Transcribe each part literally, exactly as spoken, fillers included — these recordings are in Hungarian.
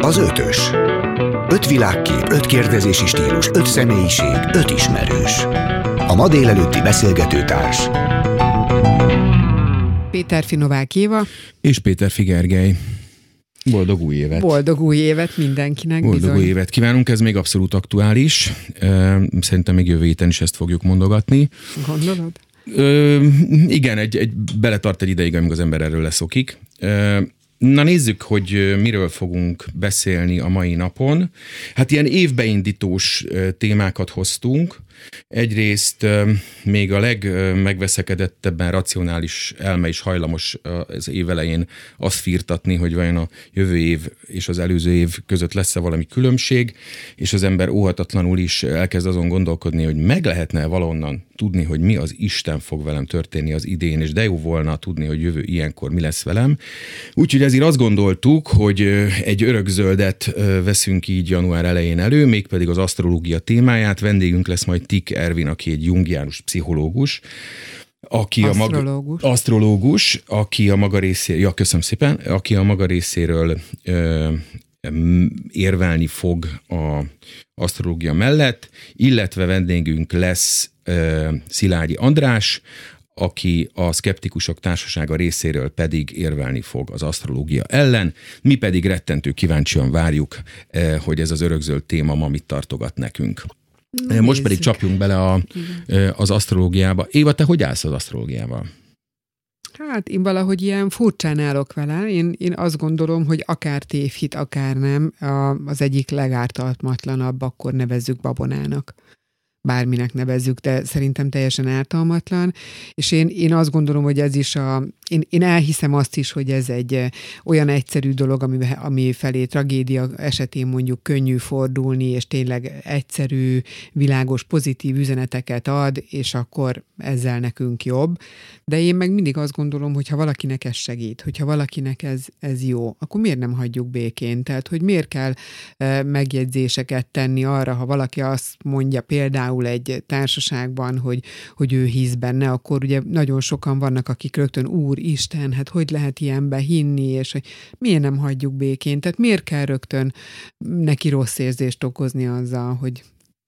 Az ötös. Öt világkép, öt kérdezési stílus, öt személyiség, öt ismerős. A ma délelőtti beszélgetőtárs Péterfi Novák Éva és Péterfi Gergely. Boldog új évet! Boldog új évet mindenkinek. Boldog bizony. új évet kívánunk, ez még abszolút aktuális. Szerintem még jövő héten is ezt fogjuk mondogatni. Gondolod? Ö, igen, egy, egy, beletart egy ideig, amíg az ember erről leszokik. Ö, Na nézzük, hogy miről fogunk beszélni a mai napon. Hát ilyen évbeindítós témákat hoztunk. Egyrészt még a legmegveszekedettebben racionális elme is hajlamos az év elején azt firtatni, hogy vajon a jövő év és az előző év között lesz-e valami különbség, és az ember óhatatlanul is elkezd azon gondolkodni, hogy meg lehetne valahonnan tudni, hogy mi az Isten fog velem történni az idén, és de jó volna tudni, hogy jövő ilyenkor mi lesz velem. Úgyhogy ezért azt gondoltuk, hogy egy örökzöldet veszünk így január elején elő, mégpedig az asztrológia témáját. Vendégünk lesz majd Tick Ervin, aki egy jungiánus pszichológus, aki asztrológus. a maga, asztrológus, aki a maga részéről, ja, köszönöm szépen, aki a maga részéről ö, érvelni fog a asztrológia mellett, illetve vendégünk lesz ö, Szilágyi András, aki a Szkeptikusok Társasága részéről pedig érvelni fog az asztrológia ellen. Mi pedig rettentő kíváncsian várjuk, hogy ez az örökzöld téma ma mit tartogat nekünk. Na, Most nézzük. Pedig csapjunk bele a, az asztrológiába. Éva, te hogy állsz az asztrológiával? Hát én valahogy ilyen furcsán állok vele. Én, én azt gondolom, hogy akár tévhit, akár nem, az egyik legártalmatlanabb, akkor nevezzük babonának. Bárminek nevezzük, de szerintem teljesen ártalmatlan, és én, én azt gondolom, hogy ez is a, én, én elhiszem azt is, hogy ez egy olyan egyszerű dolog, ami, ami felé tragédia esetén mondjuk könnyű fordulni, és tényleg egyszerű, világos, pozitív üzeneteket ad, és akkor ezzel nekünk jobb. De én meg mindig azt gondolom, hogy ha valakinek ez segít, hogyha valakinek ez, ez jó, akkor miért nem hagyjuk békén? Tehát, hogy miért kell megjegyzéseket tenni arra, ha valaki azt mondja például egy társaságban, hogy, hogy ő hisz benne, akkor ugye nagyon sokan vannak, akik rögtön Úristen, hát hogy lehet ilyenbe hinni, és hogy miért nem hagyjuk békén? Tehát miért kell rögtön neki rossz érzést okozni azzal, hogy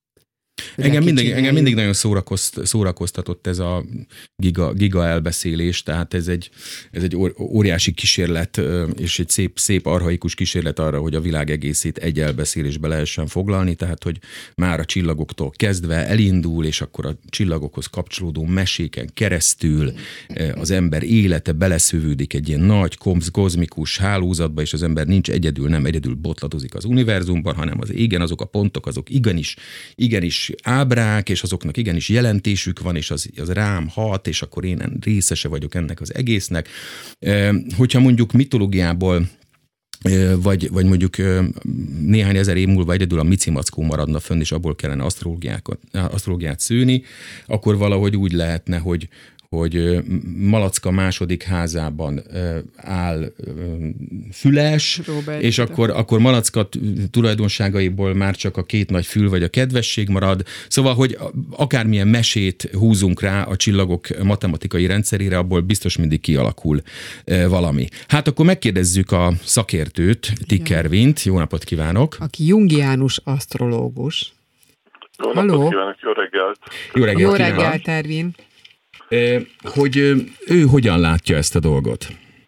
Engem mindig, engem mindig nagyon szórakozt, szórakoztatott ez a giga, giga elbeszélés, tehát ez egy, ez egy óriási kísérlet, és egy szép, szép archaikus kísérlet arra, hogy a világ egészét egy elbeszélésbe lehessen foglalni, tehát hogy már a csillagoktól kezdve elindul, és akkor a csillagokhoz kapcsolódó meséken keresztül az ember élete beleszövődik egy ilyen nagy, kozmikus hálózatba, és az ember nincs egyedül, nem egyedül botladozik az univerzumban, hanem az égen azok a pontok, azok igenis, igenis ábrák, és azoknak igenis jelentésük van, és az, az rám hat, és akkor én részese vagyok ennek az egésznek. Hogyha mondjuk mitológiából vagy, vagy mondjuk néhány ezer év múlva egyedül a Micimackó maradna fönn, és abból kellene asztrológiát szőni, akkor valahogy úgy lehetne, hogy hogy Malacka második házában áll Füles, Robert, és akkor, akkor Malacka tulajdonságaiból már csak a két nagy fül vagy a kedvesség marad. Szóval, hogy akármilyen mesét húzunk rá a csillagok matematikai rendszerére, abból biztos mindig kialakul valami. Hát akkor megkérdezzük a szakértőt, Tick Ervint. Jó napot kívánok! Aki jungiánus asztrológus. Jó napot Halló. kívánok, jó reggelt! Jó reggelt, jó reggelt Ervin! Hogy ő hogyan látja ezt a dolgot?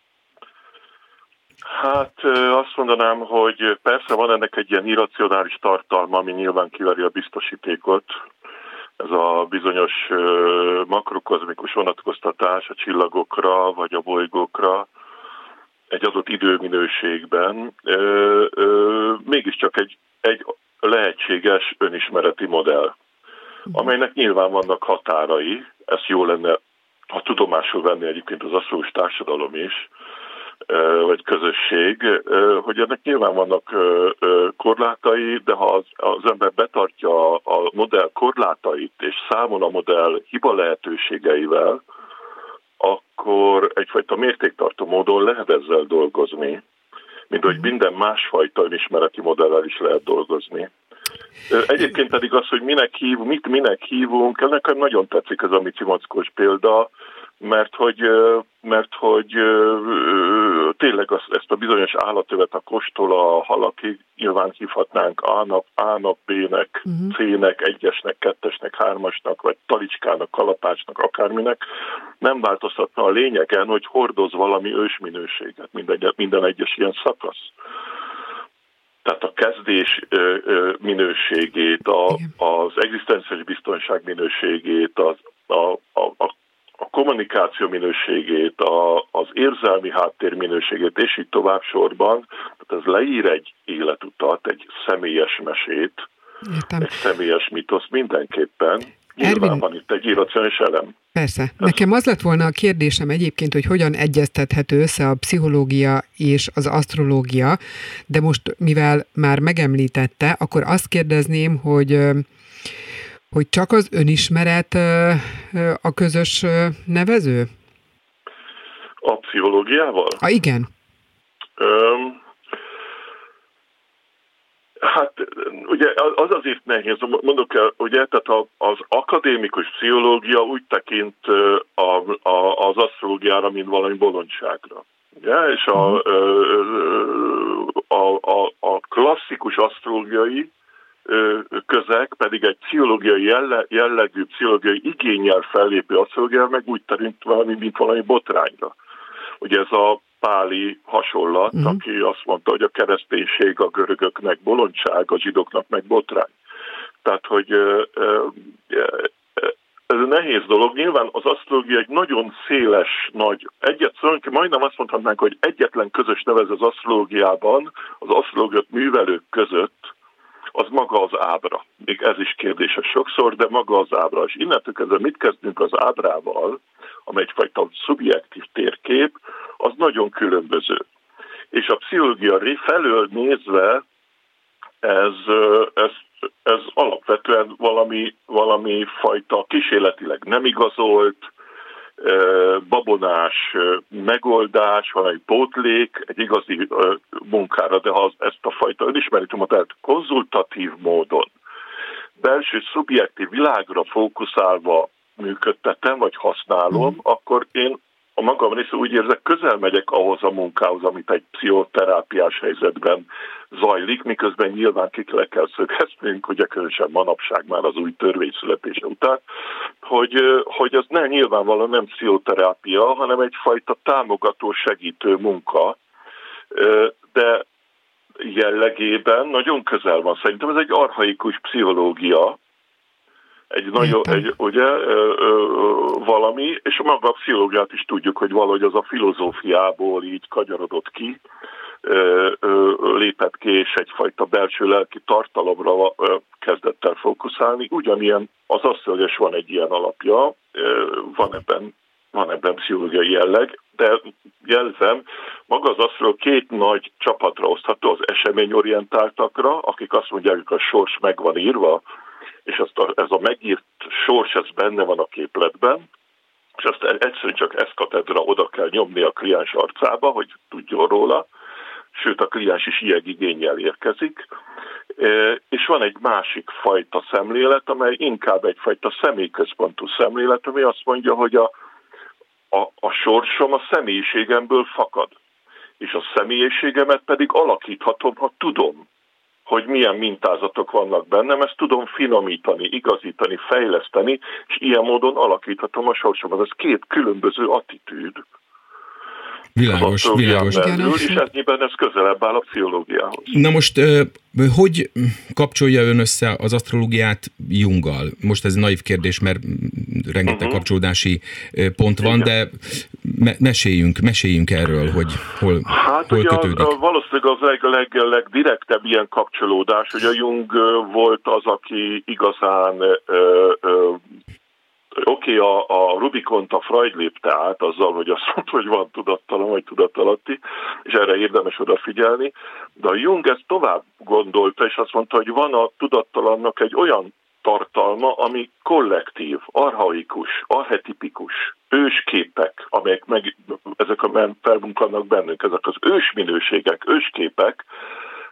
Hát azt mondanám, hogy persze van ennek egy ilyen irracionális tartalma, ami nyilván kiveri a biztosítékot. Ez a bizonyos makrokozmikus vonatkoztatás a csillagokra vagy a bolygókra egy adott időminőségben. Mégiscsak egy, egy lehetséges önismereti modell, amelynek nyilván vannak határai. Ezt jó lenne, ha tudomásul venni egyébként az asztrológus társadalom is, vagy közösség, hogy ennek nyilván vannak korlátai, de ha az, az ember betartja a modell korlátait, és számol a modell hiba lehetőségeivel, akkor egyfajta mértéktartó módon lehet ezzel dolgozni, mint hogy minden másfajta önismereti modellel is lehet dolgozni. Egyébként pedig az, hogy minek hív, mit minek hívunk, nekem nagyon tetszik ez a Micimackós példa, mert hogy, mert hogy tényleg azt, ezt a bizonyos állatövet a kostól a halakig nyilván hívhatnánk A-nak, A-nak, B-nek, uh-huh. C-nek, egyesnek, kettesnek, hármasnak, vagy talicskának, kalapácsnak, akárminek. Nem változtatna a lényegen, hogy hordoz valami ősminőséget minden, minden egyes ilyen szakasz. Tehát a kezdés minőségét, a, az egzisztenciális biztonság minőségét, az, a, a, a a kommunikáció minőségét, a, az érzelmi háttér minőségét, és így tovább sorban. Tehát ez leír egy életutat, egy személyes mesét, Értem. egy személyes mitosz mindenképpen. Nyilván Ervin, van itt egy irracionális elem. Persze. Ez Nekem az lett volna a kérdésem egyébként, hogy hogyan egyeztethető össze a pszichológia és az asztrológia, de most, mivel már megemlítette, akkor azt kérdezném, hogy hogy csak az önismeret a közös nevező? A pszichológiával? Ah, igen. Um, hát ugye az azért nehéz, mondok el, ugye, tehát az akadémikus pszichológia úgy tekint a, a, az asztrológiára, mint valami bolondságra. Ugye? És a, a, a, a klasszikus asztrológiai közeg pedig egy pszichológiai jellegű, pszichológiai igénnyel fellépő asztrológia meg úgy terint valami, mint valami botrányra. Ugye ez a páli hasonlat, uh-huh. aki azt mondta, hogy a kereszténység a görögöknek bolondság, a zsidóknak meg botrány. Tehát, hogy ez egy nehéz dolog. Nyilván az asztrológia egy nagyon széles, nagy, egyet, majdnem azt mondhatnánk, hogy egyetlen közös nevező az asztrológiában, az asztrológiát művelők között, az maga az ábra. Még ez is kérdéses sokszor, de maga az ábra. És innentől kezdve mit kezdünk az ábrával, amely egyfajta szubjektív térkép, az nagyon különböző. És a pszichológia felől nézve ez, ez, ez alapvetően valami, valami fajta kísérletileg nem igazolt, babonás megoldás, van egy pótlék, egy igazi munkára, de ha ezt a fajta önismeretemet konzultatív módon, belső szubjektív világra fókuszálva működtetem, vagy használom, mm. akkor én a magam részéről úgy érzek, közel megyek ahhoz a munkához, amit egy pszichoterápiás helyzetben zajlik, miközben nyilván ki le kell szögeznünk, ugye különösen manapság már az új törvény születése után, hogy, hogy az nem nyilvánvalóan nem pszichoterápia, hanem egyfajta támogató, segítő munka, de jellegében nagyon közel van. Szerintem ez egy archaikus pszichológia, egy nagyon, egy, ugye, ö, ö, valami, és maga a pszichológiát is tudjuk, hogy valahogy az a filozófiából így kanyarodott ki, ö, ö, lépett ki, és egyfajta belső lelki tartalomra ö, kezdett el fókuszálni. Ugyanilyen, az asztrológia is van egy ilyen alapja, ö, van ebben, van ebben pszichológiai jelleg, de jelzem, maga az asztrológia két nagy csapatra osztható, az eseményorientáltakra, akik azt mondják, hogy a sors meg van írva, és azt a, ez a megírt sors, ez benne van a képletben, és azt egyszerűen csak eszkatedra oda kell nyomni a kliens arcába, hogy tudjon róla, sőt a kliens is ilyen igénnyel érkezik, és van egy másik fajta szemlélet, amely inkább egyfajta személyközpontú szemlélet, ami azt mondja, hogy a, a, a sorsom a személyiségemből fakad, és a személyiségemet pedig alakíthatom, ha tudom, hogy milyen mintázatok vannak bennem, ezt tudom finomítani, igazítani, fejleszteni, és ilyen módon alakíthatom a sorsomat. Ez két különböző attitűd. Világos, világos. Belül, és ennyiben ez közelebb áll a pszichológiához. Na most, hogy kapcsolja ön össze az asztrológiát Junggal? Most ez naív kérdés, mert rengeteg uh-huh. kapcsolódási pont van, igen. de me- meséljünk, meséljünk erről, hogy hol, hát hol ugye kötődik. Hát valószínűleg az leg, leg, legdirektebb ilyen kapcsolódás, hogy a Jung volt az, aki igazán ö, ö, Oké, okay, a, a Rubikont a Freud lépte át azzal, hogy azt mondta, hogy van tudattalan vagy tudatalatti, és erre érdemes odafigyelni, de a Jung ezt tovább gondolta, és azt mondta, hogy van a tudattalannak egy olyan tartalma, ami kollektív, archaikus, archetipikus, ősképek, amelyek meg, ezek a felbunkannak bennünk, ezek az ősminőségek, ősképek,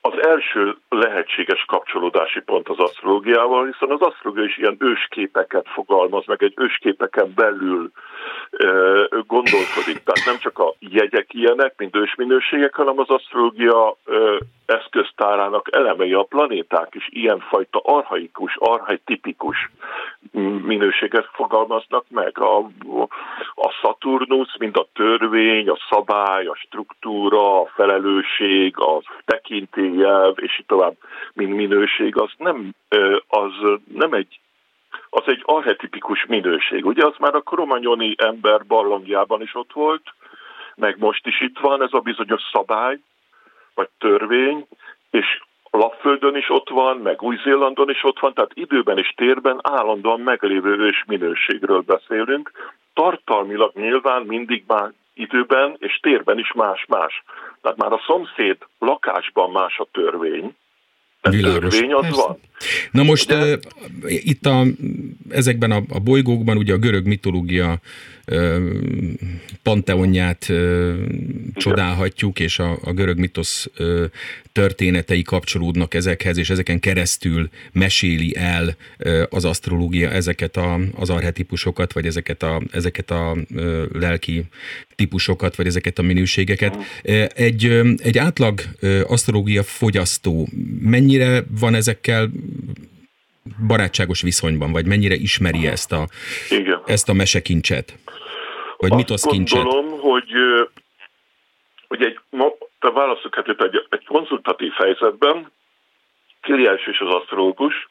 az első lehetséges kapcsolódási pont az asztrológiával, hiszen az asztrológia is ilyen ősképeket fogalmaz, meg egy ősképeken belül e, gondolkodik. Tehát nem csak a jegyek ilyenek, mint ősminőségek, hanem az asztrológia e, eszköztárának elemei, a planéták is ilyenfajta archaikus, archetipikus minőséget fogalmaznak meg. A, a Szaturnusz, mint a törvény, a szabály, a struktúra, a felelősség, a tekintélyelv, és így tovább, mint minőség, az nem, az nem egy, az egy archetipikus minőség. Ugye az már a kromagnoni ember barlangjában is ott volt, meg most is itt van ez a bizonyos szabály, vagy törvény, és Lapföldön is ott van, meg Új-Zélandon is ott van, tehát időben és térben állandóan meglévő ős minőségről beszélünk. Tartalmilag nyilván mindig már időben és térben is más-más. Tehát már a szomszéd lakásban más a törvény, de törvény az Persze. van. Na most uh, itt a, ezekben a, a bolygókban ugye a görög mitológia uh, panteonját uh, csodálhatjuk, és a, a görög mitosz uh, történetei kapcsolódnak ezekhez, és ezeken keresztül meséli el uh, az asztrológia ezeket a, az archetipusokat, vagy ezeket a, ezeket a uh, lelki típusokat, vagy ezeket a minőségeket. Uh, egy, uh, egy átlag uh, asztrológia fogyasztó mennyire van ezekkel barátságos viszonyban, vagy mennyire ismeri ezt a, Igen. ezt a mesekincset? Vagy Azt mitoszkincset? Azt gondolom, hogy, hogy egy, te válaszolhat egy, egy konzultatív helyzetben kliens és az asztrológus,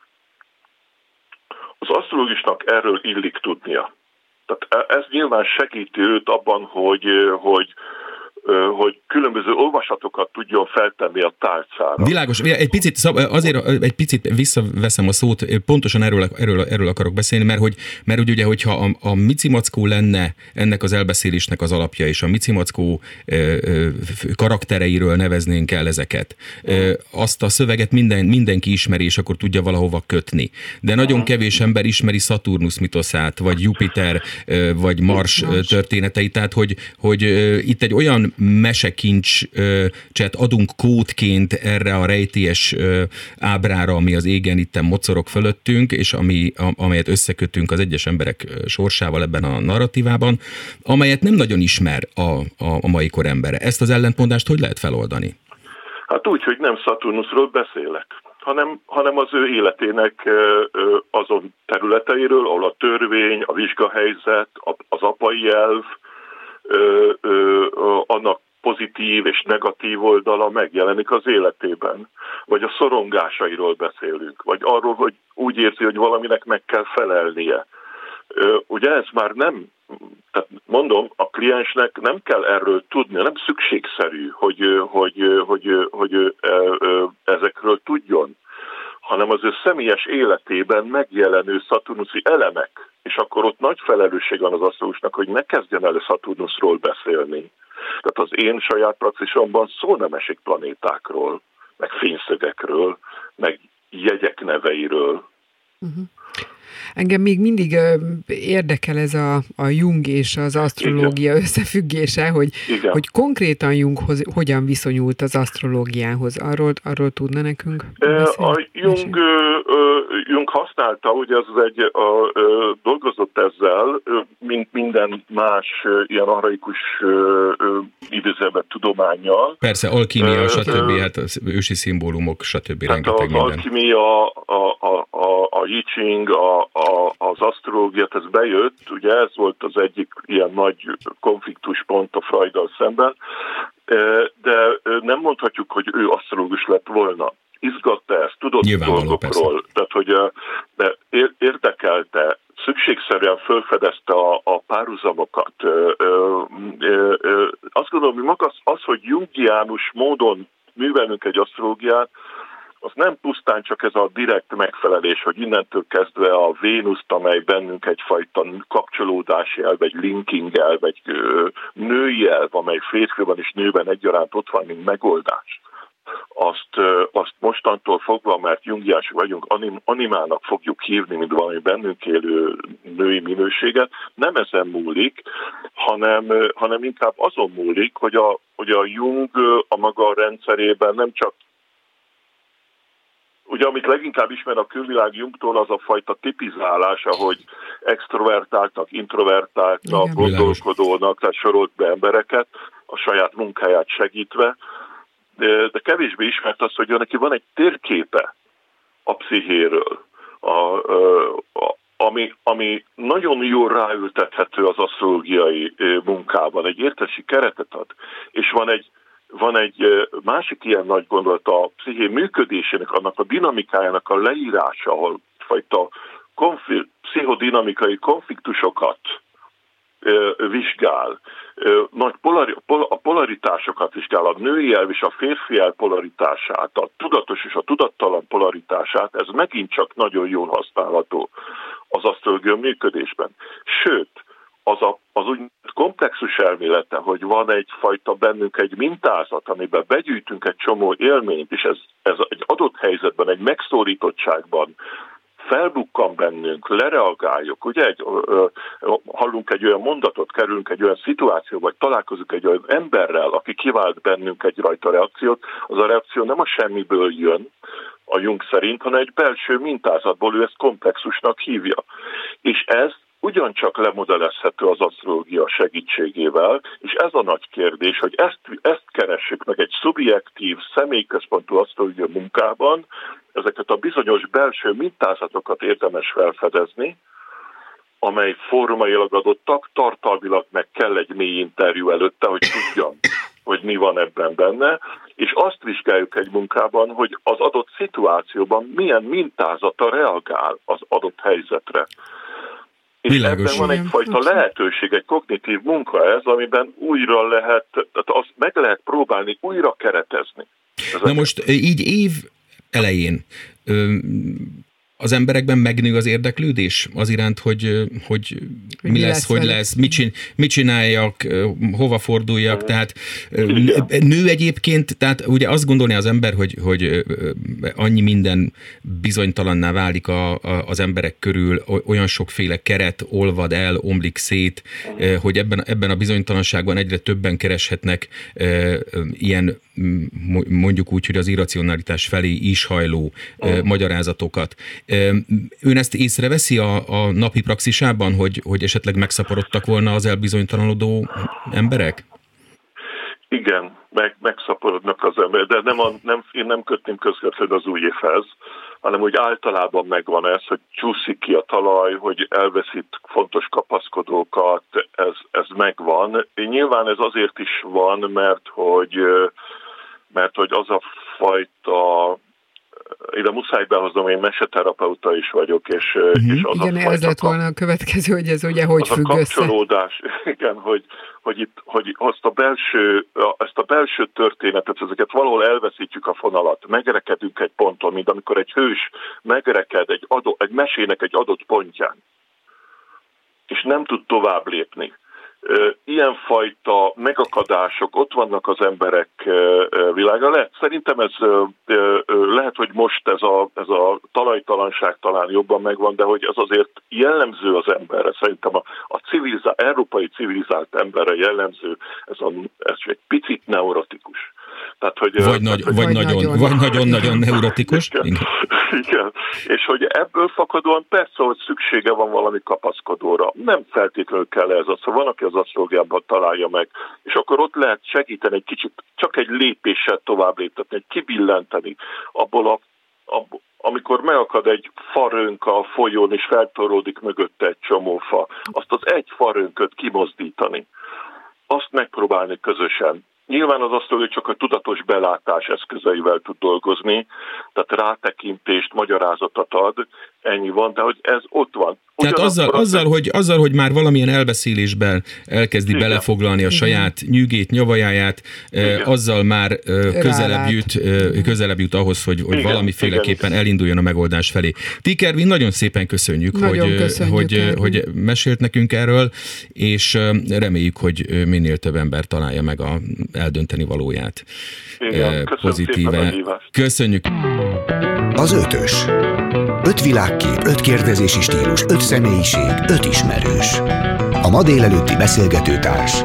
az asztrológusnak erről illik tudnia. Tehát ez nyilván segíti őt abban, hogy, hogy hogy különböző olvasatokat tudjon feltenni a tálcára. Világos, egy picit, azért egy picit visszaveszem a szót, pontosan erről, erről, erről akarok beszélni, mert hogy, mert hogy ugye, hogyha a, a micimackó lenne ennek az elbeszélésnek az alapja, és a micimackó karaktereiről neveznénk el ezeket, azt a szöveget minden, mindenki ismeri, és akkor tudja valahova kötni. De nagyon kevés ember ismeri Szaturnusz mitoszát, vagy Jupiter, vagy Mars történeteit, tehát hogy, hogy itt egy olyan mesekincset adunk kódként erre a rejtélyes ábrára, ami az égen itten mocorog fölöttünk, és ami, amelyet összekötünk az egyes emberek sorsával ebben a narratívában, amelyet nem nagyon ismer a, a, a mai kor embere. Ezt az ellentmondást hogy lehet feloldani? Hát úgy, hogy nem Szaturnuszról beszélek, hanem, hanem az ő életének azon területeiről, ahol a törvény, a vizsgahelyzet, az apai elv, Ö, ö, ö, annak pozitív és negatív oldala megjelenik az életében. Vagy a szorongásairól beszélünk, vagy arról, hogy úgy érzi, hogy valaminek meg kell felelnie. Ö, ugye ez már nem, tehát mondom, a kliensnek nem kell erről tudni, nem szükségszerű, hogy, hogy, hogy, hogy, hogy ezekről tudjon, hanem az ő személyes életében megjelenő szaturnuszi elemek, és akkor ott nagy felelősség van az asztrológusnak, hogy ne kezdjen el Szaturnuszról beszélni. Tehát az én saját praxisomban szó nem esik planétákról, meg fényszögekről, meg jegyek neveiről. Uh-huh. Engem még mindig uh, érdekel ez a, a Jung és az asztrológia Igen. összefüggése, hogy, hogy konkrétan Junghoz hogyan viszonyult az asztrológiához. Arról, arról tudna nekünk beszélni? A Jung, uh, Jung használta, ugye ez egy, uh, uh, dolgozott ezzel, uh, mint minden más uh, ilyen archaikus uh, idézőben tudománnyal. Persze, alkímia, uh, stb., uh, hát az ősi szimbólumok, stb. Hát rengeteg minden. Az alkímia, a, a, a, a I Ching, a, a, az asztrológiát, ez bejött, ugye ez volt az egyik ilyen nagy konfliktuspont a Freuddal szemben, de nem mondhatjuk, hogy ő asztrológus lett volna. Izgatta ezt, tudott dolgokról, tehát hogy de érdekelte, szükségszerűen felfedezte a, a párhuzamokat. Azt gondolom, hogy maga az, az, hogy jungiánus módon művelünk egy asztrológiát, az nem pusztán csak ez a direkt megfelelés, hogy innentől kezdve a Vénuszt, amely bennünk egyfajta kapcsolódási elv, egy linking elv, egy női elv, amely férfiban és nőben egyaránt ott van, mint megoldás. Azt, azt mostantól fogva, mert jungiások vagyunk, anim, animának fogjuk hívni, mint valami bennünk élő női minőséget, nem ezen múlik, hanem, hanem inkább azon múlik, hogy a, hogy a Jung a maga rendszerében nem csak ugye amit leginkább ismer a külvilág Jungtól, az a fajta tipizálása, hogy extrovertáltak, introvertáltak, gondolkodónak, tehát sorolt be embereket a saját munkáját segítve, de, de kevésbé ismert az, hogy neki van egy térképe a pszichéről, a, a, ami, ami nagyon jól ráültethető az asztrológiai munkában, egy értési keretet ad, és van egy Van egy másik ilyen nagy gondolat a psziché működésének, annak a dinamikájának a leírása, ahol fajta konfl- pszichodinamikai konfliktusokat ö, vizsgál, ö, nagy polari- pol- a polaritásokat vizsgál, a női elv és a férfi elv polaritását, a tudatos és a tudattalan polaritását, ez megint csak nagyon jól használható az asztrológia működésben. Sőt, az a, az úgy komplexus elmélete, hogy van egyfajta bennünk egy mintázat, amiben begyűjtünk egy csomó élményt, és ez, ez egy adott helyzetben, egy megszólítottságban felbukkan bennünk, lereagáljuk, ugye egy, ö, hallunk egy olyan mondatot, kerülünk egy olyan szituációba, vagy találkozunk egy olyan emberrel, aki kivált bennünk egy rajta reakciót, az a reakció nem a semmiből jön, a Jung szerint, hanem egy belső mintázatból, ő ezt komplexusnak hívja. És ez ugyancsak lemodellezhető az asztrológia segítségével, és ez a nagy kérdés, hogy ezt, ezt keressük meg egy szubjektív, személyközpontú asztrológia munkában, ezeket a bizonyos belső mintázatokat érdemes felfedezni, amely formailag adottak, tartalmilag meg kell egy mély interjú előtte, hogy tudjam, hogy mi van ebben benne, és azt vizsgáljuk egy munkában, hogy az adott szituációban milyen mintázata reagál az adott helyzetre. És Világos. Ebben van egyfajta lehetőség, egy kognitív munka ez, amiben újra lehet, tehát azt meg lehet próbálni újra keretezni. Ez Na most így év elején az emberekben megnő az érdeklődés az iránt, hogy, hogy mi, mi lesz, lesz hogy lesz, mit, csin, mit csináljak, hova forduljak, mm. tehát Igen. nő egyébként, tehát ugye azt gondolni az ember, hogy, hogy annyi minden bizonytalanná válik a, a, az emberek körül, olyan sokféle keret olvad el, omlik szét, mm. hogy ebben, ebben a bizonytalanságban egyre többen kereshetnek ilyen mondjuk úgy, hogy az irracionalitás felé is hajló mm. magyarázatokat. Ön ezt észreveszi a, a napi praxisában, hogy, hogy esetleg megszaporodtak volna az elbizonytalanodó emberek? Igen, meg, megszaporodnak az emberek, de nem a, nem, én nem kötném közvetlenül az új évhez, hanem úgy általában megvan ez, hogy csúszik ki a talaj, hogy elveszít fontos kapaszkodókat, ez, ez megvan. Nyilván ez azért is van, mert hogy, mert hogy az a fajta ide muszáj behoznom, én meseterapeuta is vagyok, és, uh-huh. és az igen, a ez lett volna a következő, hogy ez ugye hogy függ össze. Az a kapcsolódás, igen, hogy, hogy, itt, hogy azt a belső, ezt a belső történetet, ezeket valahol elveszítjük a fonalat, megrekedünk egy ponton, mint amikor egy hős megreked egy, adó, egy mesének egy adott pontján, és nem tud tovább lépni. Ilyenfajta megakadások ott vannak az emberek világa. Lehet, szerintem ez lehet, hogy most ez a, ez a talajtalanság talán jobban megvan, de hogy ez azért jellemző az emberre. Szerintem a, a civilizált, európai civilizált emberre jellemző, ez, a, ez egy picit neurotikus. Tehát, hogy, vagy, nagy, tehát, vagy, nagyon, nagyon, vagy nagyon-nagyon neurotikus. Igen. Igen. Igen. És hogy ebből fakadóan persze, hogy szüksége van valami kapaszkodóra. Nem feltétlenül kell ez az, van, aki az asztrológiában találja meg, és akkor ott lehet segíteni egy kicsit, csak egy lépéssel tovább léptetni, egy kibillenteni abból a, abból, amikor megakad egy farönk a folyón, és feltoródik mögötte egy csomó fa, azt az egy farönköt kimozdítani. Azt megpróbálni közösen. Nyilván az asztrológia csak a tudatos belátás eszközeivel tud dolgozni, tehát rátekintést, magyarázatot ad, ennyi van, de hogy ez ott van. Tehát azzal, azzal, hogy, azzal, hogy már valamilyen elbeszélésben elkezdi Igen. belefoglalni a saját Igen. nyűgét, nyavajáját, Igen. azzal már közelebb jut, közelebb jut ahhoz, hogy, hogy valamiféleképpen Igen. elinduljon a megoldás felé. Ti, Kervin, nagyon szépen köszönjük, nagyon hogy, köszönjük hogy, hogy mesélt nekünk erről, és reméljük, hogy minél több ember találja meg a eldönteni valóját. Igen. Pozitíven. Köszönjük. Az ötös. Öt világkép, öt kérdezési stílus, öt személyiség, öt ismerős. A ma délelőtti beszélgetőtárs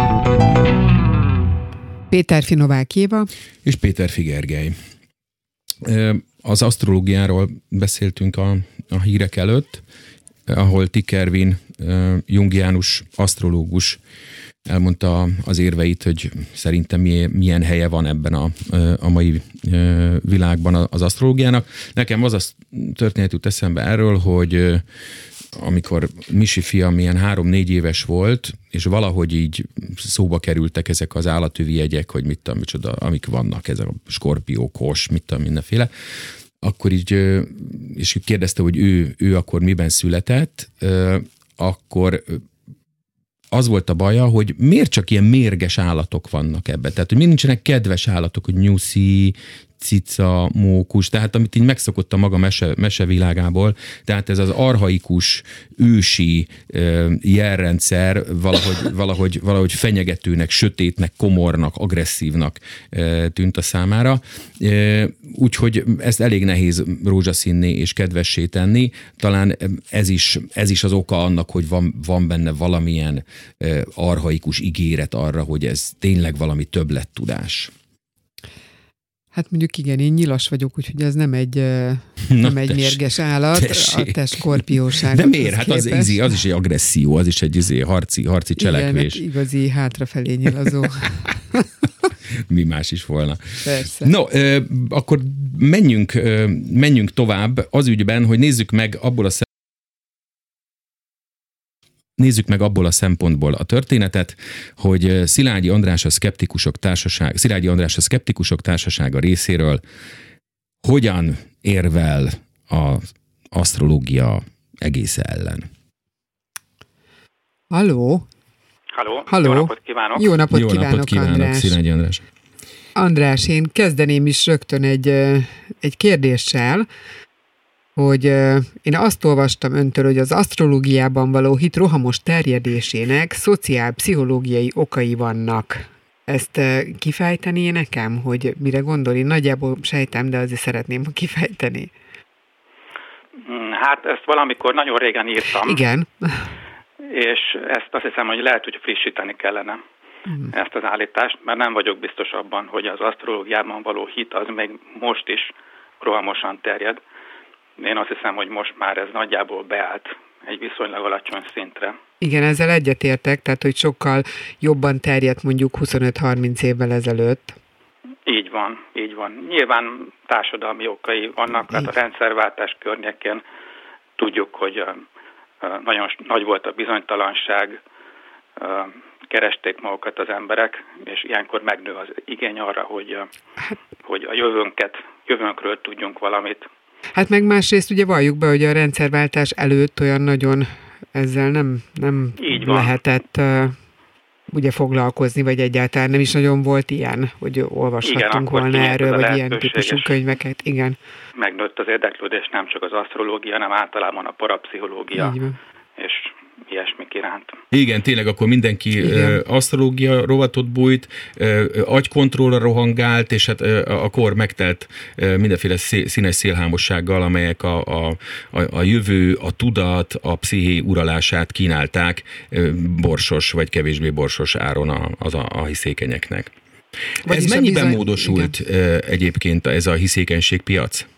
Péterfi Novák Éva és Péterfi Gergely. Az asztrológiáról beszéltünk a, a hírek előtt, ahol T. Kervin, jungiánus asztrológus elmondta az érveit, hogy szerintem milyen helye van ebben a, a mai világban az asztrológiának. Nekem az a történet jut eszembe erről, hogy amikor Misi fiam ilyen három-négy éves volt, és valahogy így szóba kerültek ezek az állatüvi jegyek, hogy mit tudom, micsoda, amik vannak, ez a skorpió, kos, mit tudom, mindenféle, akkor így, és kérdezte, hogy ő, ő akkor miben született, akkor az volt a baja, hogy miért csak ilyen mérges állatok vannak ebben. Tehát, hogy miért nincsenek kedves állatok, hogy nyuszi, cica, mókus, tehát amit így megszokott a maga mese, mesevilágából, tehát ez az archaikus, ősi jelrendszer valahogy, valahogy, valahogy fenyegetőnek, sötétnek, komornak, agresszívnak tűnt a számára. Úgyhogy ezt elég nehéz rózsaszínné és kedvessé tenni. Talán ez is, ez is az oka annak, hogy van, van benne valamilyen archaikus ígéret arra, hogy ez tényleg valami többlettudás. Hát mondjuk igen, én nyilas vagyok, úgyhogy ez nem egy, nem Na, egy tess, mérges állat, tessék. A te skorpióság. De miért? Hát az, izi, az is egy agresszió, az is egy izé, harci, harci cselekvés. Igen, igazi hátrafelé nyilazó. Mi más is volna. Persze. No, akkor menjünk, menjünk tovább az ügyben, hogy nézzük meg abból a Nézzük meg abból a szempontból a történetet, hogy Szilágyi András a Szkeptikusok Társaság, Szilágyi András a Szkeptikusok Társasága részéről hogyan érvel az asztrológia egész ellen. Halló? Halló? Halló? Jó napot kívánok! Jó napot Jó kívánok, napot kívánok, András! Szilágyi András! András, én kezdeném is rögtön egy, egy kérdéssel, hogy én azt olvastam öntől, hogy az asztrológiában való hit rohamos terjedésének szociálpszichológiai okai vannak. Ezt kifejtené nekem, hogy mire gondol? Én nagyjából sejtem, de azért szeretném, ha kifejteni. Hát ezt valamikor nagyon régen írtam. Igen. És ezt azt hiszem, hogy lehet, hogy frissíteni kellene hmm. ezt az állítást, mert nem vagyok biztos abban, hogy az asztrológiában való hit az még most is rohamosan terjed. Én azt hiszem, hogy most már ez nagyjából beállt egy viszonylag alacsony szintre. Igen, ezzel egyetértek, tehát hogy sokkal jobban terjedt mondjuk huszonöt-harminc évvel ezelőtt. Így van, így van. Nyilván társadalmi okai vannak, hát a rendszerváltás környékén tudjuk, hogy nagyon nagy volt a bizonytalanság, keresték magukat az emberek, és ilyenkor megnő az igény arra, hogy, hogy a jövőnket, jövőnkről tudjunk valamit. Hát meg másrészt ugye valljuk be, hogy a rendszerváltás előtt olyan nagyon ezzel nem, nem lehetett uh, ugye foglalkozni, vagy egyáltalán nem is nagyon volt ilyen, hogy olvashattunk igen, volna erről, vagy ilyen típusú könyveket. Igen. Megnőtt az érdeklődés nem csak az asztrológia, hanem általában a parapszichológia és ilyesmik iránt. Igen, tényleg akkor mindenki Igen. asztrológia rovatot bújt, agykontrollra rohangált, és hát a kor megtelt mindenféle színes szélhámossággal, amelyek a, a, a jövő, a tudat, a psziché uralását kínálták borsos vagy kevésbé borsos áron a, az a, a hiszékenyeknek. Vagyis ez mennyiben bizony... módosult Igen. egyébként ez a hiszékenységpiac?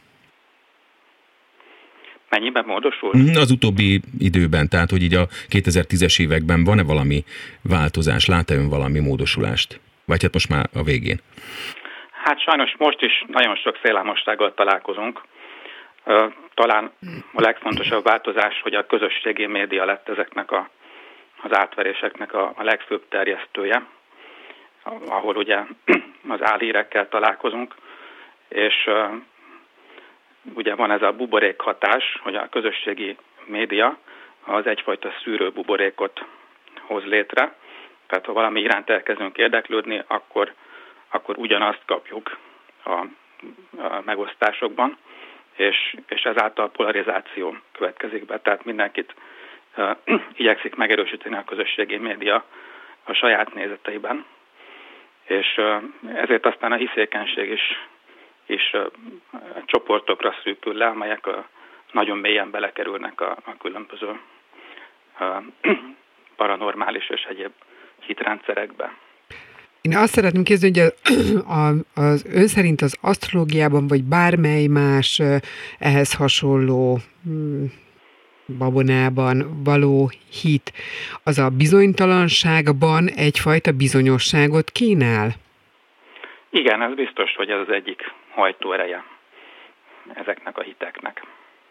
Mennyiben módosul? Az utóbbi időben, tehát hogy így a kétezer-tízes években van-e valami változás, lát-e ön valami módosulást? Vagy hát most már a végén? Hát sajnos most is nagyon sok szélhámossággal találkozunk. Talán a legfontosabb változás, hogy a közösségi média lett ezeknek a, az átveréseknek a, a legfőbb terjesztője, ahol ugye az álhírekkel találkozunk, és ugye van ez a buborék hatás, hogy a közösségi média az egyfajta szűrőbuborékot hoz létre. Tehát ha valami iránt elkezdünk érdeklődni, akkor, akkor ugyanazt kapjuk a, a megosztásokban, és, és ezáltal polarizáció következik be. Tehát mindenkit uh, igyekszik megerősíteni a közösségi média a saját nézeteiben. És uh, ezért aztán a hiszékenység is és uh, csoportokra szűkül le, amelyek uh, nagyon mélyen belekerülnek a, a különböző uh, paranormális és egyéb hitrendszerekbe. Én azt szeretném kérdezni, hogy az ön szerint az asztrológiában, vagy bármely más ehhez hasonló babonában való hit, az a bizonytalanságban egyfajta bizonyosságot kínál? Igen, ez biztos, hogy ez az egyik hajtóereje ezeknek a hiteknek.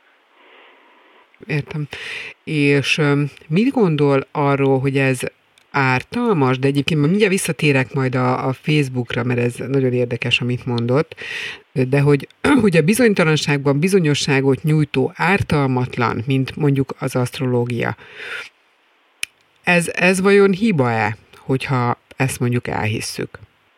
Értem. És mit gondol arról, hogy ez ártalmas, de egyébként mindjárt visszatérek majd a, a Facebookra, mert ez nagyon érdekes, amit mondott, de hogy, hogy a bizonytalanságban bizonyosságot nyújtó ártalmatlan, mint mondjuk az asztrológia. Ez, ez vajon hiba-e, hogyha ezt mondjuk elhisszük?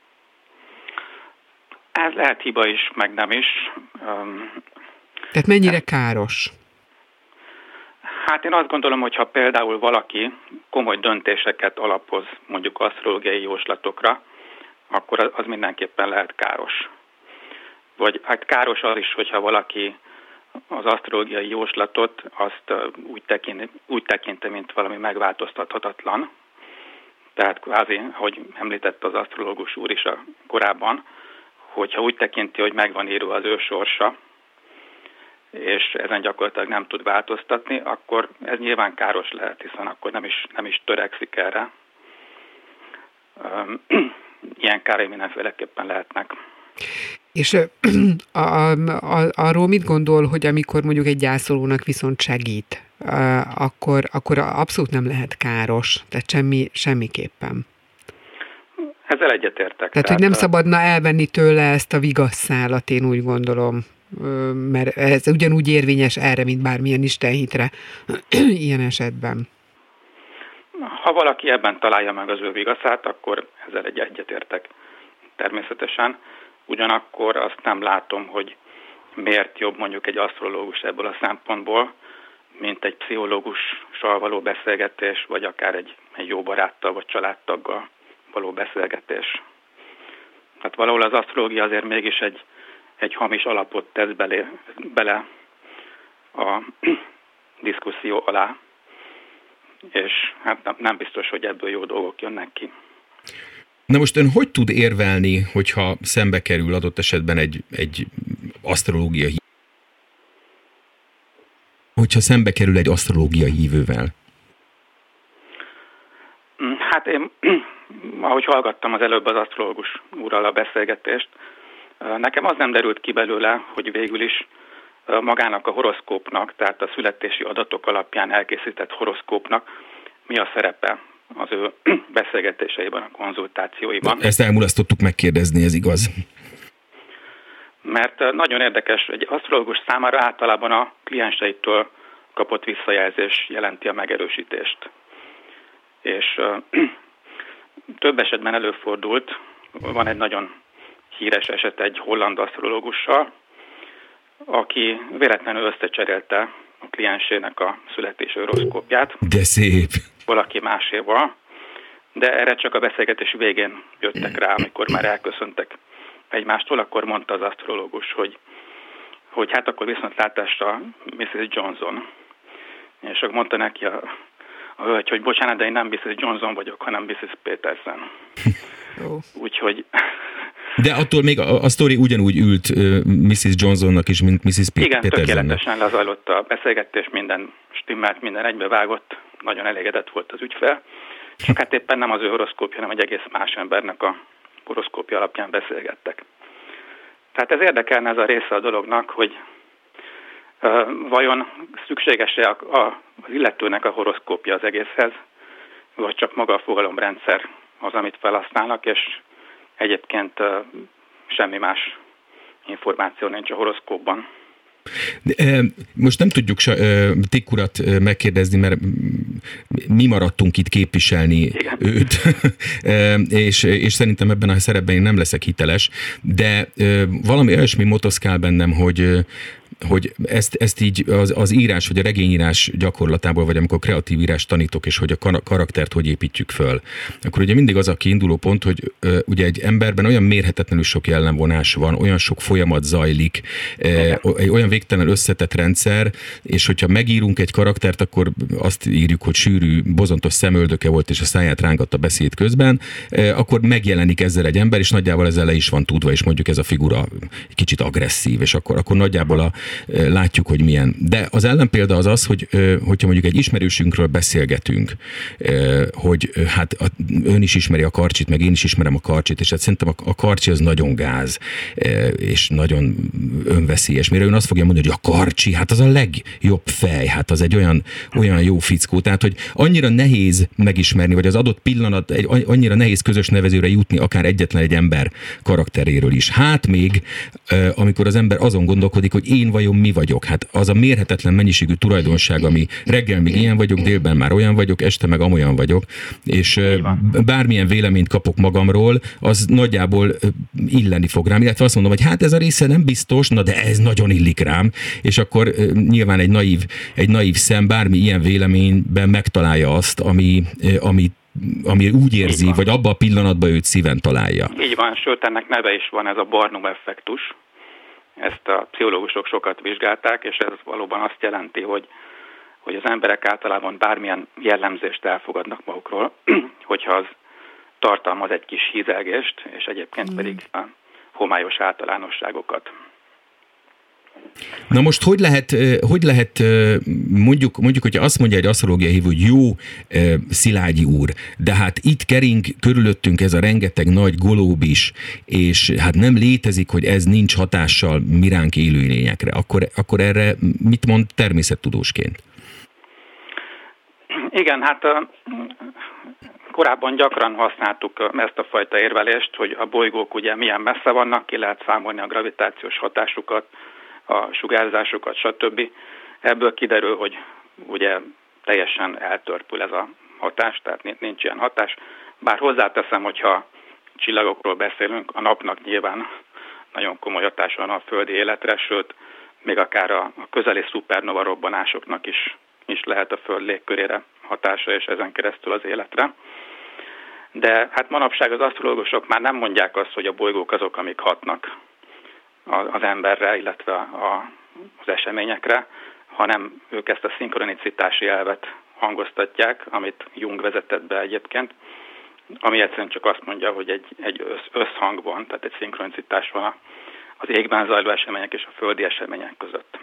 Ez lehet hiba is, meg nem is. Tehát mennyire káros? Hát én azt gondolom, hogy ha például valaki komoly döntéseket alapoz mondjuk asztrológiai jóslatokra, akkor az mindenképpen lehet káros. Vagy hát káros az is, hogyha valaki az asztrológiai jóslatot azt úgy tekinti, úgy tekinti, mint valami megváltoztathatatlan. Tehát kvázi, hogy említett az asztrológus úr is a korábban, hogyha úgy tekinti, hogy meg van írva az ő sorsa, és ezen gyakorlatilag nem tud változtatni, akkor ez nyilván káros lehet, hiszen akkor nem is, nem is törekszik erre. Ilyen kárai mindenféleképpen lehetnek. És a, a, a, arról mit gondol, hogy amikor mondjuk egy gyászolónak viszont segít, akkor, akkor abszolút nem lehet káros, tehát semmi, semmiképpen. Ezzel egyetértek. Tehát, tehát, hogy nem szabadna elvenni tőle ezt a vigasszálat, én úgy gondolom, mert ez ugyanúgy érvényes erre, mint bármilyen istenhitre ilyen esetben. Ha valaki ebben találja meg az ő vigaszát, akkor ezzel egy egyetértek természetesen. Ugyanakkor azt nem látom, hogy miért jobb mondjuk egy asztrológus ebből a szempontból, mint egy pszichológussal való beszélgetés, vagy akár egy, egy jó baráttal, vagy családtaggal való beszélgetés. Hát valahol az asztrológia azért mégis egy, egy hamis alapot tesz belé, bele a diszkuszió alá, és hát nem biztos, hogy ebből jó dolgok jönnek ki. Na most ön hogy tud érvelni, hogyha szembe kerül adott esetben egy, egy asztrológia hívő? Hogyha szembe kerül egy asztrológia hívővel? Hát én, ahogy hallgattam az előbb az asztrológus úrral a beszélgetést, nekem az nem derült ki belőle, hogy végül is magának a horoszkópnak, tehát a születési adatok alapján elkészített horoszkópnak mi a szerepe az ő beszélgetéseiben, a konzultációiban. Ezt elmulasztottuk megkérdezni, ez igaz? Mert nagyon érdekes, egy asztrológus számára általában a klienseitől kapott visszajelzés jelenti a megerősítést. És uh, több esetben előfordult, van egy nagyon híres eset egy holland asztrológussal, aki véletlenül összecserélte a kliensének a születési horoszkópját. De szép! Valaki máséval, de erre csak a beszélgetés végén jöttek rá, amikor már elköszöntek egymástól, akkor mondta az asztrológus, hogy, hogy hát akkor viszontlátásra missziz Johnson. És akkor mondta neki a, a hölgy, hogy bocsánat, de én nem missziz Johnson vagyok, hanem missziz Petersen. Úgyhogy... De attól még a, a sztori ugyanúgy ült uh, missziz Johnsonnak is, mint missziz Petersennek. Igen, tökéletesen lezajlott a beszélgetés, minden stimmelt, minden egybevágott, nagyon elégedett volt az ügyfél. Csak hát éppen nem az ő horoszkópja, hanem egy egész más embernek a horoszkópja alapján beszélgettek. Tehát ez érdekelne ez a része a dolognak, hogy uh, vajon szükséges-e a, a, az illetőnek a horoszkópja az egészhez, vagy csak maga a fogalomrendszer az, amit felhasználnak, és egyébként uh, semmi más információ nincs a horoszkópban. De, most nem tudjuk Tick urat megkérdezni, mert mi maradtunk itt képviselni Igen. őt, és, és szerintem ebben a szerepben én nem leszek hiteles, de valami olyasmi motoszkál bennem, hogy hogy ezt, ezt így az, az írás, vagy a regényírás gyakorlatából, vagy amikor kreatív írás tanítok, és hogy a karaktert hogy építjük föl, akkor ugye mindig az a kiinduló pont, hogy ugye egy emberben olyan mérhetetlenül sok jellemvonás van, olyan sok folyamat zajlik, egy olyan végtelen összetett rendszer, és hogyha megírunk egy karaktert, akkor azt írjuk, hogy sűrű, bozontos szemöldöke volt, és a száját rángatta beszéd közben, akkor megjelenik ezzel egy ember, és nagyjából ezzel le is van tudva, és mondjuk ez a figura kicsit agresszív, és akkor, akkor nagyjából a, látjuk, hogy milyen. De az ellenpélda az az, hogy hogyha mondjuk egy ismerősünkről beszélgetünk, hogy hát ön is ismeri a Karcsit, meg én is ismerem a Karcsit, és hát szerintem a Karcsi az nagyon gáz, és nagyon önveszélyes. Mire ön azt fogja mondani, hogy a Karcsi, hát az a legjobb fej, hát az egy olyan, olyan jó fickó. Tehát, hogy annyira nehéz megismerni, vagy az adott pillanat, egy, annyira nehéz közös nevezőre jutni, akár egyetlen egy ember karakteréről is. Hát még, amikor az ember azon gondolkodik, hogy én vajon mi vagyok. Hát az a mérhetetlen mennyiségű tulajdonság, ami reggel még ilyen vagyok, délben már olyan vagyok, este meg amolyan vagyok, és bármilyen véleményt kapok magamról, az nagyjából illeni fog rám, illetve azt mondom, hogy hát ez a része nem biztos, na de ez nagyon illik rám, és akkor nyilván egy naív, egy naív szem bármi ilyen véleményben megtalálja azt, ami, ami, ami úgy érzi, vagy abban a pillanatban őt szíven találja. Így van, sőt ennek neve is van, ez a Barnum effektus. Ezt a pszichológusok sokat vizsgálták, és ez valóban azt jelenti, hogy, hogy az emberek általában bármilyen jellemzést elfogadnak magukról, hogyha az tartalmaz egy kis hízelgést, és egyébként pedig a homályos általánosságokat. Na most hogy lehet, hogy lehet mondjuk, mondjuk, hogyha azt mondja egy asztrológiai hívő, hogy jó, Szilágyi úr, de hát itt kering körülöttünk ez a rengeteg nagy golóbis, és hát nem létezik, hogy ez nincs hatással miránk élőlényekre, akkor, akkor erre mit mond természettudósként? Igen, hát korábban gyakran használtuk ezt a fajta érvelést, hogy a bolygók ugye milyen messze vannak, ki lehet számolni a gravitációs hatásukat, a sugárzásokat, stb. Ebből kiderül, hogy ugye teljesen eltörpül ez a hatás, tehát nincs ilyen hatás. Bár hozzáteszem, hogyha csillagokról beszélünk, a napnak nyilván nagyon komoly hatása van a földi életre, sőt, még akár a közeli szupernova robbanásoknak is, is lehet a föld légkörére hatása, és ezen keresztül az életre. De hát manapság az asztrológusok már nem mondják azt, hogy a bolygók azok, amik hatnak az emberre, illetve a, az eseményekre, hanem ők ezt a szinkronicitási elvet hangoztatják, amit Jung vezetett be egyébként, ami egyszerűen csak azt mondja, hogy egy, egy összhang van, tehát egy szinkronicitás van az égben zajló események és a földi események között.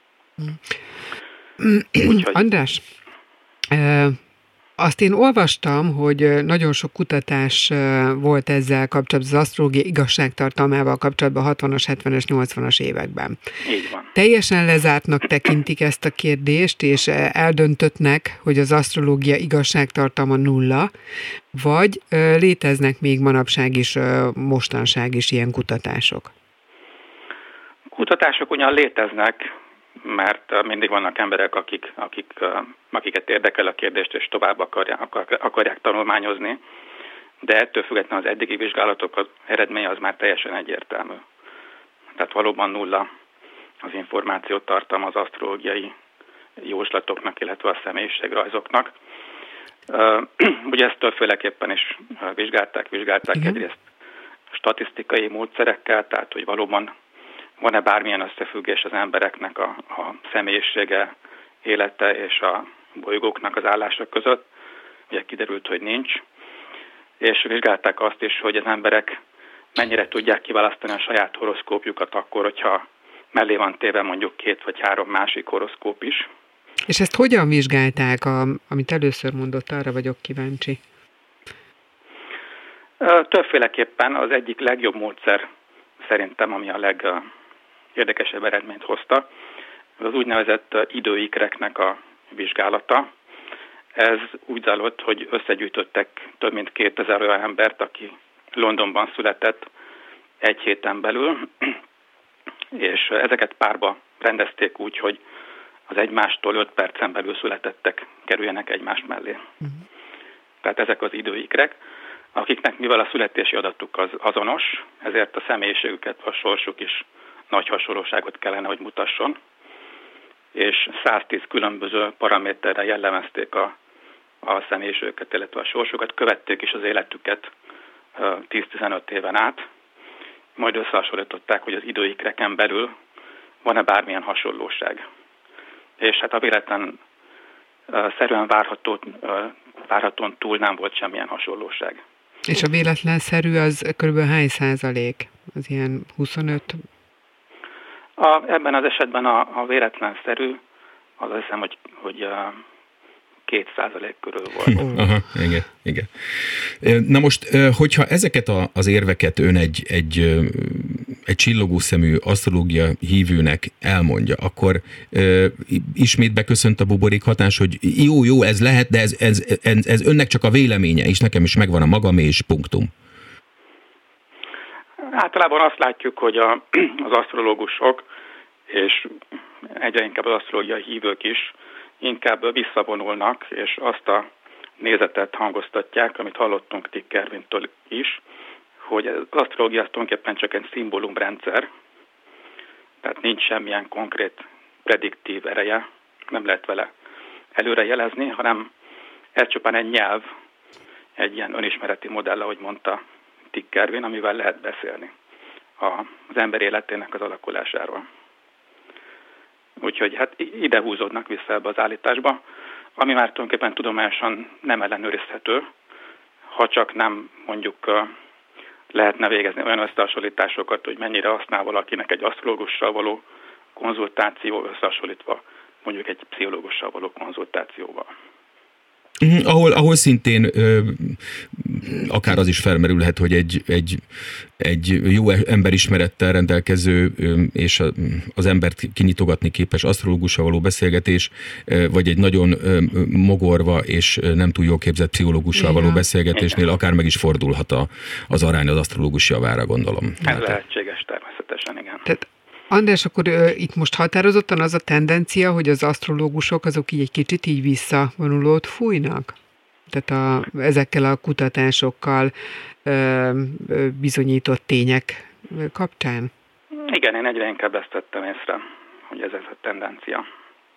Úgyhogy... András, e- azt én olvastam, hogy nagyon sok kutatás volt ezzel kapcsolatban, az asztrológia igazságtartalmával kapcsolatban a hatvanas, hetvenes, nyolcvanas években. Így van. Teljesen lezártnak tekintik ezt a kérdést, és eldöntöttnek, hogy az asztrológia igazságtartalma nulla, vagy léteznek még manapság is, mostanság is ilyen kutatások? Kutatások ugyan léteznek, mert mindig vannak emberek, akik, akik, akiket érdekel a kérdést, és tovább akarják, akar, akarják tanulmányozni, de ettől függetlenül az eddigi vizsgálatok az eredménye az már teljesen egyértelmű. Tehát valóban nulla az információ tartalma az asztrológiai jóslatoknak, illetve a személyiségrajzoknak. Ugye ezt többféleképpen is vizsgálták, vizsgálták Igen. egyrészt statisztikai módszerekkel, tehát hogy valóban van-e bármilyen összefüggés az embereknek a, a személyisége, élete és a bolygóknak az állása között. Ugye kiderült, hogy nincs. És vizsgálták azt is, hogy az emberek mennyire tudják kiválasztani a saját horoszkópjukat akkor, hogyha mellé van téve mondjuk két vagy három másik horoszkóp is. És ezt hogyan vizsgálták, a, amit először mondott, arra vagyok kíváncsi? Többféleképpen az egyik legjobb módszer szerintem, ami a legérdekesebb eredményt hozta, az úgynevezett időikreknek a vizsgálata. Ez úgy zajlott, hogy összegyűjtöttek több mint kétezer olyan embert, aki Londonban született egy héten belül, és ezeket párba rendezték úgy, hogy az egymástól öt percen belül születettek kerüljenek egymás mellé. Uh-huh. Tehát ezek az időikrek, akiknek mivel a születési adatuk az azonos, ezért a személyiségüket, a sorsuk is nagy hasonlóságot kellene, hogy mutasson, és száztíz különböző paraméterre jellemezték a, a személyiségüket, illetve a sorsukat, követték is az életüket tíz-tizenöt éven át, majd összehasonlították, hogy az időikreken belül van-e bármilyen hasonlóság. És hát a véletlen szerűen várható, várhatón túl nem volt semmilyen hasonlóság. És a véletlenszerű az kb. Hány százalék? Az ilyen huszonöt? A, ebben az esetben a, a véletlenszerű, az azt hiszem, hogy, hogy két százalék körül volt. Aha, igen, igen. Na most, hogyha ezeket a, az érveket ön egy, egy, egy csillogó szemű asztrológia hívőnek elmondja, akkor e, ismét beköszönt a buborék hatás, hogy jó, jó, ez lehet, de ez, ez, ez, ez önnek csak a véleménye, és nekem is megvan a magam, és punktum. Általában azt látjuk, hogy a, az asztrológusok, és egyre inkább az asztrológiai hívők is inkább visszavonulnak, és azt a nézetet hangoztatják, amit hallottunk Dick Kervintől is, hogy az asztrológia az tulajdonképpen csak egy szimbólumrendszer, tehát nincs semmilyen konkrét prediktív ereje, nem lehet vele előrejelezni, hanem ez csupán egy nyelv, egy ilyen önismereti modell, ahogy mondta Dick Kervin, amivel lehet beszélni az ember életének az alakulásáról. Úgyhogy hát ide húzódnak vissza ebbe az állításba, ami már tulajdonképpen tudományosan nem ellenőrizhető, ha csak nem mondjuk lehetne végezni olyan összehasonlításokat, hogy mennyire használ valakinek egy asztrológussal való konzultáció összehasonlítva mondjuk egy pszichológussal való konzultációval. Uh, ahol, ahol szintén ö, akár az is felmerülhet, hogy egy, egy, egy jó emberismerettel rendelkező ö, és a, az embert kinyitogatni képes asztrológussal való beszélgetés, ö, vagy egy nagyon ö, mogorva és nem túl jól képzett pszichológussal való beszélgetésnél akár meg is fordulhat a, az arány az asztrológus javára, gondolom. Ez lehetséges természetesen, igen. Tehát András, akkor ö, itt most határozottan az a tendencia, hogy az asztrológusok azok így egy kicsit így visszavonulót fújnak? Tehát a, ezekkel a kutatásokkal ö, ö, bizonyított tények kapcsán? Igen, én egyre inkább ezt tettem észre, hogy ez, ez a tendencia.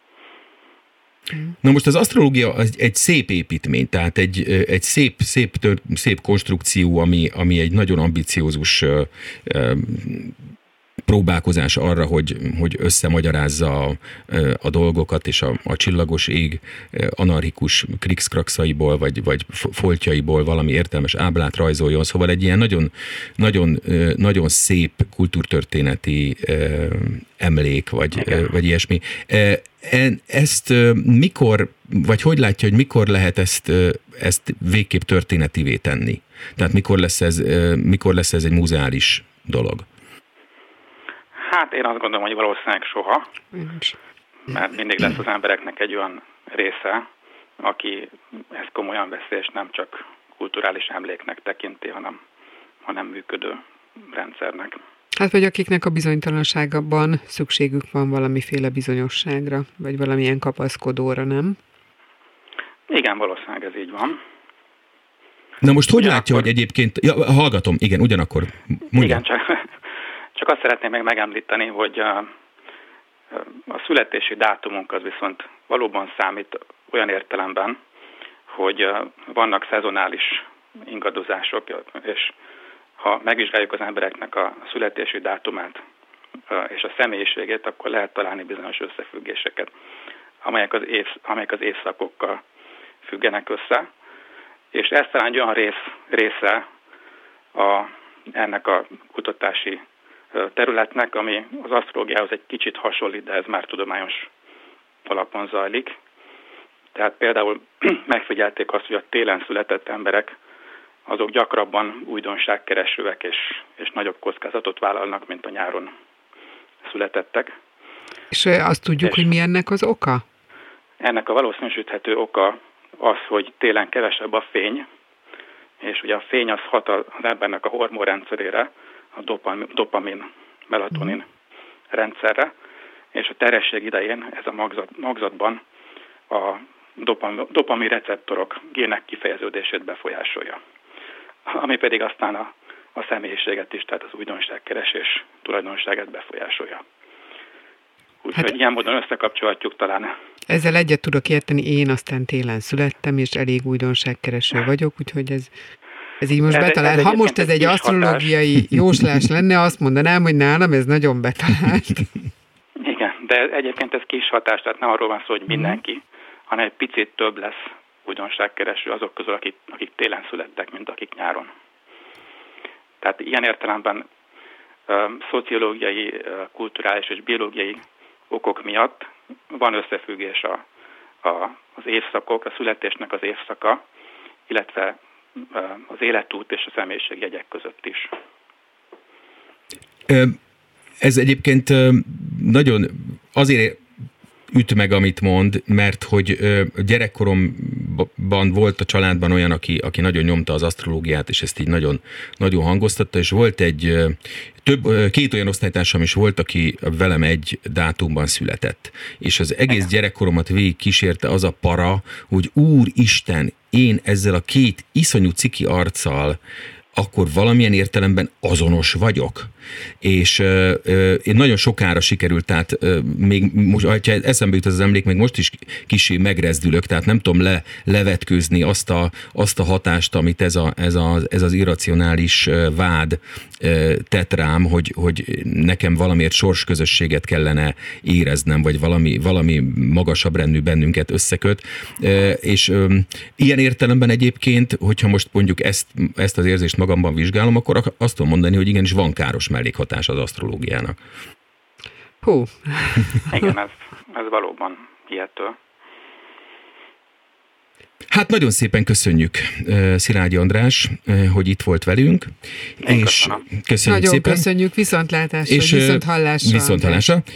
Na most az asztrológia az egy szép építmény, tehát egy, egy szép, szép, tör, szép konstrukció, ami, ami egy nagyon ambiciózus ö, ö, próbálkozás arra, hogy, hogy összemagyarázza a, a dolgokat, és a, a csillagos ég anarchikus krikszkrakszaiból, vagy, vagy foltjaiból valami értelmes ábrát rajzoljon. Szóval egy ilyen nagyon, nagyon, nagyon szép kultúrtörténeti emlék, vagy, vagy ilyesmi. Ezt mikor, vagy hogy látja, hogy mikor lehet ezt, ezt végképp történetivé tenni? Tehát mikor lesz ez, mikor lesz ez egy muzeális dolog? Hát én azt gondolom, hogy valószínűleg soha, mert mindig lesz az embereknek egy olyan része, aki ezt komolyan veszi, és nem csak kulturális emléknek tekinti, hanem, hanem működő rendszernek. Hát vagy akiknek a bizonytalanságban szükségük van valamiféle bizonyosságra, vagy valamilyen kapaszkodóra, nem? Igen, valószínűleg ez így van. Na most hogy ugyanakkor... látja, hogy egyébként... Ja, hallgatom, igen, ugyanakkor mondja. Igen, csak... Csak azt szeretném meg megemlíteni, hogy a, a születési dátumunk az viszont valóban számít olyan értelemben, hogy vannak szezonális ingadozások, és ha megvizsgáljuk az embereknek a születési dátumát és a személyiségét, akkor lehet találni bizonyos összefüggéseket, amelyek az, év, amelyek az évszakokkal függenek össze. És ez talán olyan rész, része a, ennek a kutatási területnek, ami az asztrológiához egy kicsit hasonlít, de ez már tudományos alapon zajlik. Tehát például megfigyelték azt, hogy a télen született emberek azok gyakrabban újdonságkeresőek és, és nagyobb kockázatot vállalnak, mint a nyáron születettek. És azt tudjuk, és hogy mi ennek az oka? Ennek a valószínűsíthető oka az, hogy télen kevesebb a fény, és ugye a fény az hat az embernek a hormonrendszerére, a dopamin, dopamin melatonin mm. rendszerre, és a terhesség idején ez a magzat, magzatban a dopamin, dopamin receptorok gének kifejeződését befolyásolja. Ami pedig aztán a, a személyiséget is, tehát az újdonságkeresés tulajdonságát befolyásolja. Úgyhogy hát, ilyen módon összekapcsolhatjuk talán. Ezzel egyet tudok érteni, én aztán télen születtem, és elég újdonságkereső vagyok, úgyhogy ez, ez így most ez betalál. Ez ha most ez egy asztrológiai hatás. Jóslás lenne, azt mondanám, hogy nálam ez nagyon betalált. Igen, de egyébként ez kis hatás, tehát nem arról van szó, hogy mindenki, mm. hanem egy picit több lesz újdonságkereső azok közül, akik, akik télen születtek, mint akik nyáron. Tehát ilyen értelemben ö, szociológiai, ö, kulturális és biológiai okok miatt van összefüggés a, a, az évszakok, a születésnek az évszaka, illetve ö, az életút és a személyiségjegyek között is. Ez egyébként nagyon azért üt meg, amit mond, mert hogy gyerekkoromban volt a családban olyan, aki, aki nagyon nyomta az asztrológiát, és ezt így nagyon, nagyon hangoztatta, és volt egy több, két olyan osztálytársam is volt, aki velem egy dátumban született. És az egész gyerekkoromat végig kísérte az a para, hogy Úristen, én ezzel a két iszonyú ciki arccal akkor valamilyen értelemben azonos vagyok. És uh, uh, én nagyon sokára sikerült, tehát uh, még most, ha eszembe jut az emlék, még most is kissé megrezdülök, tehát nem tudom le, levetkőzni azt a, azt a hatást, amit ez, a, ez, a, ez az irracionális uh, vád uh, tett rám, hogy, hogy nekem valamiért sorsközösséget kellene éreznem, vagy valami, valami magasabb rendű bennünket összeköt. Uh, és um, ilyen értelemben egyébként, hogyha most mondjuk ezt, ezt az érzést magamban vizsgálom, akkor azt tudom mondani, hogy igenis van káros mellékhatás az asztrológiának. Hú. Igen, ez, ez valóban hihető. Hát nagyon szépen köszönjük Szilágyi András, hogy itt volt velünk. Én és köszönöm. Köszönjük nagyon szépen. köszönjük, viszontlátásra, és viszonthallásra. Viszonthallásra.